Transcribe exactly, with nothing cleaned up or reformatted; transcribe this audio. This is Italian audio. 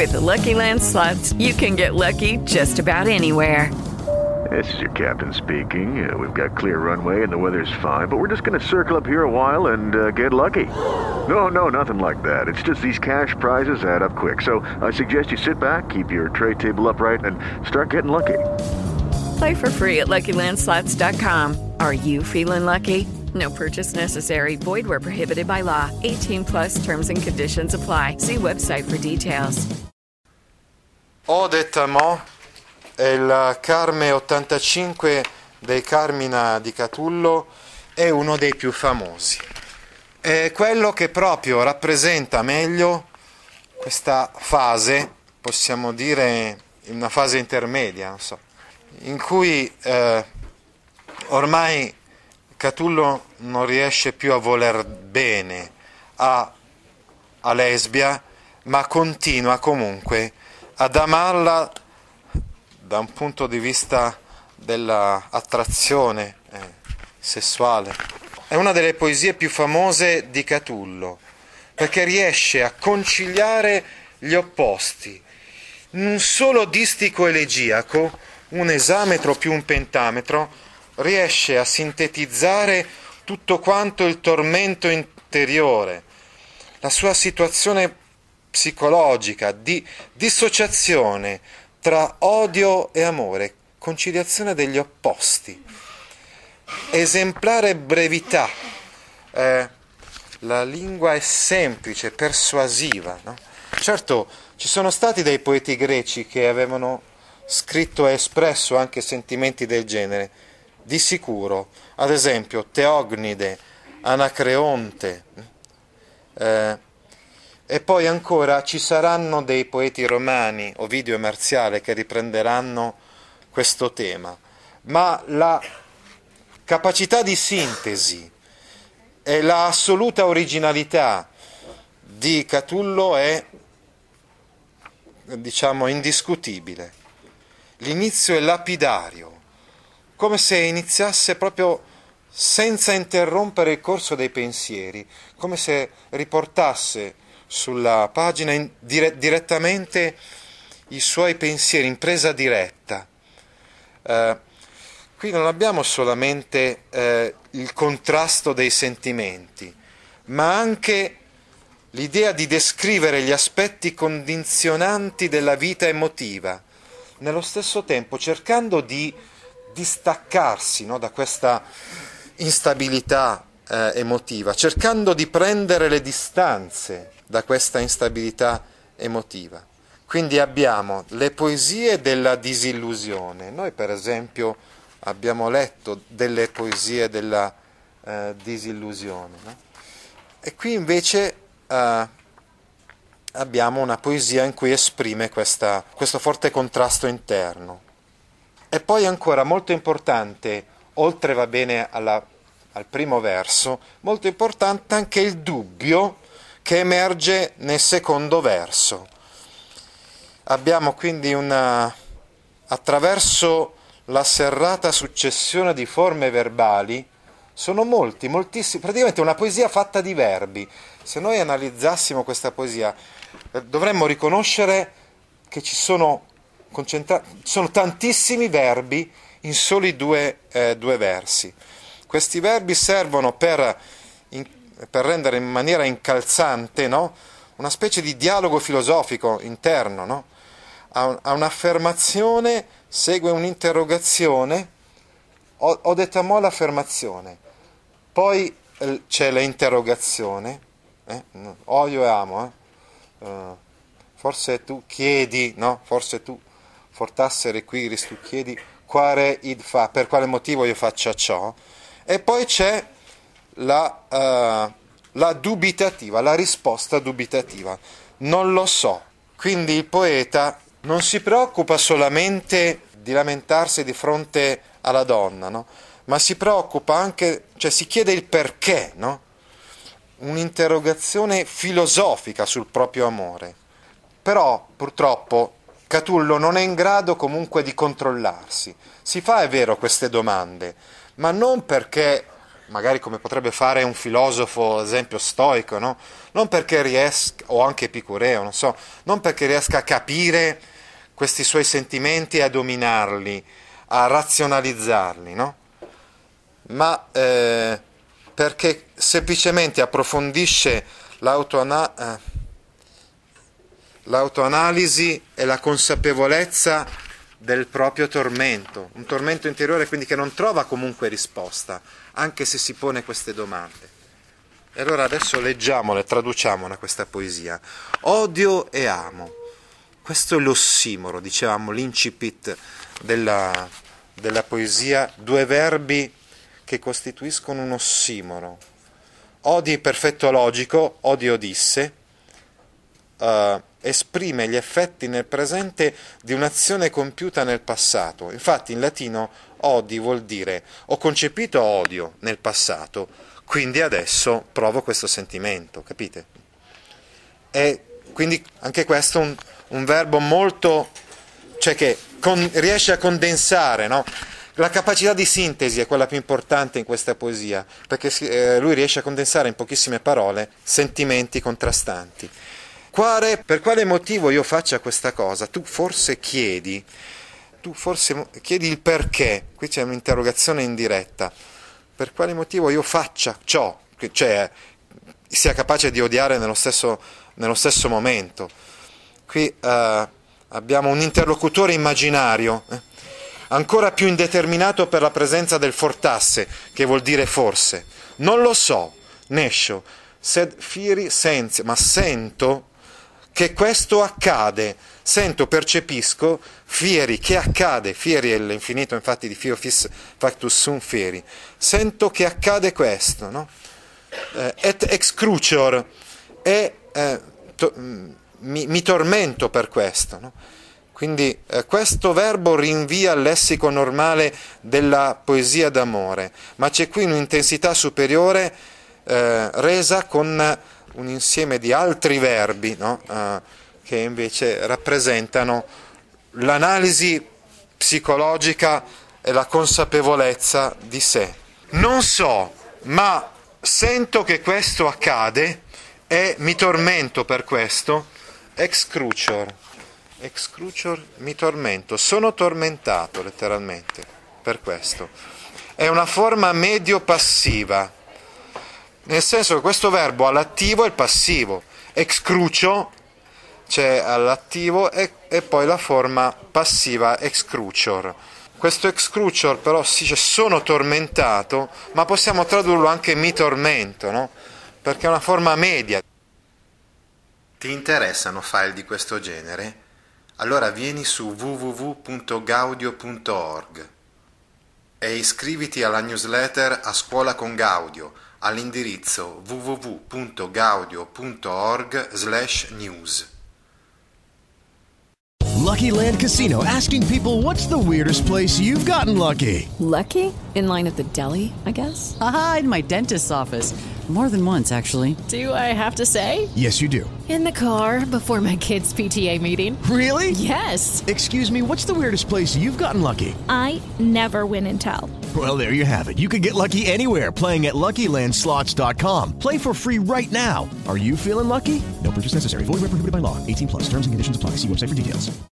With the Lucky Land Slots, you can get lucky just about anywhere. This is your captain speaking. Uh, we've got clear runway and the weather's fine, but we're just going to circle up here a while and uh, get lucky. No, no, nothing like that. It's just these cash prizes add up quick. So I suggest you sit back, keep your tray table upright, and start getting lucky. Play for free at Lucky Land Slots dot com. Are you feeling lucky? No purchase necessary. Void where prohibited by law. eighteen plus terms and conditions apply. See website for details. Eau d'Étamont è il Carme ottantacinque dei Carmina di Catullo, è uno dei più famosi. È quello che proprio rappresenta meglio questa fase, possiamo dire una fase intermedia, non so, in cui eh, ormai Catullo non riesce più a voler bene a, a Lesbia, ma continua comunque ad amarla da un punto di vista dell'attrazione eh, sessuale. È una delle poesie più famose di Catullo, perché riesce a conciliare gli opposti. In un solo distico elegiaco, un esametro più un pentametro, riesce a sintetizzare tutto quanto il tormento interiore, la sua situazione psicologica di dissociazione tra odio e amore, conciliazione degli opposti, esemplare brevità. Eh, la lingua è semplice, persuasiva, no? Certo, ci sono stati dei poeti greci che avevano scritto e espresso anche sentimenti del genere, di sicuro, ad esempio Teognide, Anacreonte, eh, e poi ancora ci saranno dei poeti romani, Ovidio e Marziale, che riprenderanno questo tema, ma la capacità di sintesi e la assoluta originalità di Catullo è, diciamo, indiscutibile. L'inizio è lapidario, come se iniziasse proprio senza interrompere il corso dei pensieri, come se riportasse sulla pagina in, dire, direttamente i suoi pensieri in presa diretta. Eh, qui non abbiamo solamente eh, il contrasto dei sentimenti, ma anche l'idea di descrivere gli aspetti condizionanti della vita emotiva, nello stesso tempo cercando di distaccarsi, no, da questa instabilità eh, emotiva, cercando di prendere le distanze da questa instabilità emotiva. Quindi abbiamo le poesie della disillusione. Noi per esempio abbiamo letto delle poesie della eh, disillusione, no? E qui invece eh, abbiamo una poesia in cui esprime questa, questo forte contrasto interno. E poi ancora molto importante, oltre va bene alla, al primo verso, molto importante anche il dubbio che emerge nel secondo verso. Abbiamo quindi una, attraverso la serrata successione di forme verbali, sono molti, moltissimi, praticamente una poesia fatta di verbi. Se noi analizzassimo questa poesia, eh, dovremmo riconoscere che ci sono Concentra- sono tantissimi verbi in soli due, eh, due versi. Questi verbi servono per, in, per rendere in maniera incalzante, no? Una specie di dialogo filosofico interno, no? A, un, a un'affermazione segue un'interrogazione, ho, ho detto mo l'affermazione, poi eh, c'è l'interrogazione, eh? Odio e amo, eh? uh, forse tu chiedi, no? Forse tu fortassere qui tu chiedi quare id fa, per quale motivo io faccia ciò, e poi c'è la, uh, la dubitativa, la risposta dubitativa, non lo so. Quindi il poeta non si preoccupa solamente di lamentarsi di fronte alla donna, no? Ma si preoccupa anche, cioè si chiede il perché, no? Un'interrogazione filosofica sul proprio amore. Però purtroppo Catullo non è in grado comunque di controllarsi. Si fa, è vero, queste domande, ma non perché magari come potrebbe fare un filosofo, ad esempio stoico, no? Non perché riesca, o anche epicureo, non so, non perché riesca a capire questi suoi sentimenti e a dominarli, a razionalizzarli, no? Ma eh, perché semplicemente approfondisce l'autoana- eh, l'autoanalisi e la consapevolezza del proprio tormento, un tormento interiore quindi che non trova comunque risposta, anche se si pone queste domande. E allora adesso leggiamola, traduciamola questa poesia. Odio e amo. Questo è l'ossimoro, dicevamo, l'incipit della, della poesia, due verbi che costituiscono un ossimoro. Odi perfetto logico, odio disse, uh, esprime gli effetti nel presente di un'azione compiuta nel passato. Infatti in latino odi vuol dire ho concepito odio nel passato, quindi adesso provo questo sentimento, capite? E quindi anche questo è un, un verbo molto, cioè che con, riesce a condensare, no? La capacità di sintesi è quella più importante in questa poesia, perché eh, lui riesce a condensare in pochissime parole sentimenti contrastanti. Quale, per quale motivo io faccia questa cosa? Tu forse chiedi, tu forse chiedi il perché, qui c'è un'interrogazione indiretta, per quale motivo io faccia ciò, cioè sia capace di odiare nello stesso, nello stesso momento. Qui eh, abbiamo un interlocutore immaginario, eh, ancora più indeterminato per la presenza del fortasse, che vuol dire forse. Non lo so, nescio, sed fieri sensio, ma sento che questo accade, sento, percepisco, fieri, che accade, fieri è l'infinito infatti di fio fis factus sum fieri, sento che accade questo, no? Eh, et ex crucior, e eh, to, mi, mi tormento per questo, no? Quindi eh, questo verbo rinvia al lessico normale della poesia d'amore, ma c'è qui un'intensità superiore eh, resa con un insieme di altri verbi, no? uh, che invece rappresentano l'analisi psicologica e la consapevolezza di sé. Non so, ma sento che questo accade e mi tormento per questo, ex crucior, ex crucior mi tormento, sono tormentato letteralmente per questo. È una forma medio-passiva, nel senso che questo verbo ha l'attivo e il passivo. Ex crucio c'è all'attivo e, e poi la forma passiva ex crucior. Questo ex crucior però si dice sono tormentato, ma possiamo tradurlo anche mi tormento, no? Perché è una forma media. Ti interessano file di questo genere? Allora vieni su w w w punto gaudio punto org e iscriviti alla newsletter A Scuola con Gaudio all'indirizzo w w w punto gaudio punto org slash news. Lucky Land Casino, asking people, what's the weirdest place you've gotten lucky? Lucky? In line at the deli, I guess? Aha, in my dentist's office. More than once, actually. Do I have to say? Yes, you do. In the car before my kids' P T A meeting. Really? Yes. Excuse me, what's the weirdest place you've gotten lucky? I never win and tell. Well, there you have it. You can get lucky anywhere, playing at Lucky Land Slots dot com. Play for free right now. Are you feeling lucky? No purchase necessary. Void where prohibited by law. eighteen plus. Terms and conditions apply. See website for details.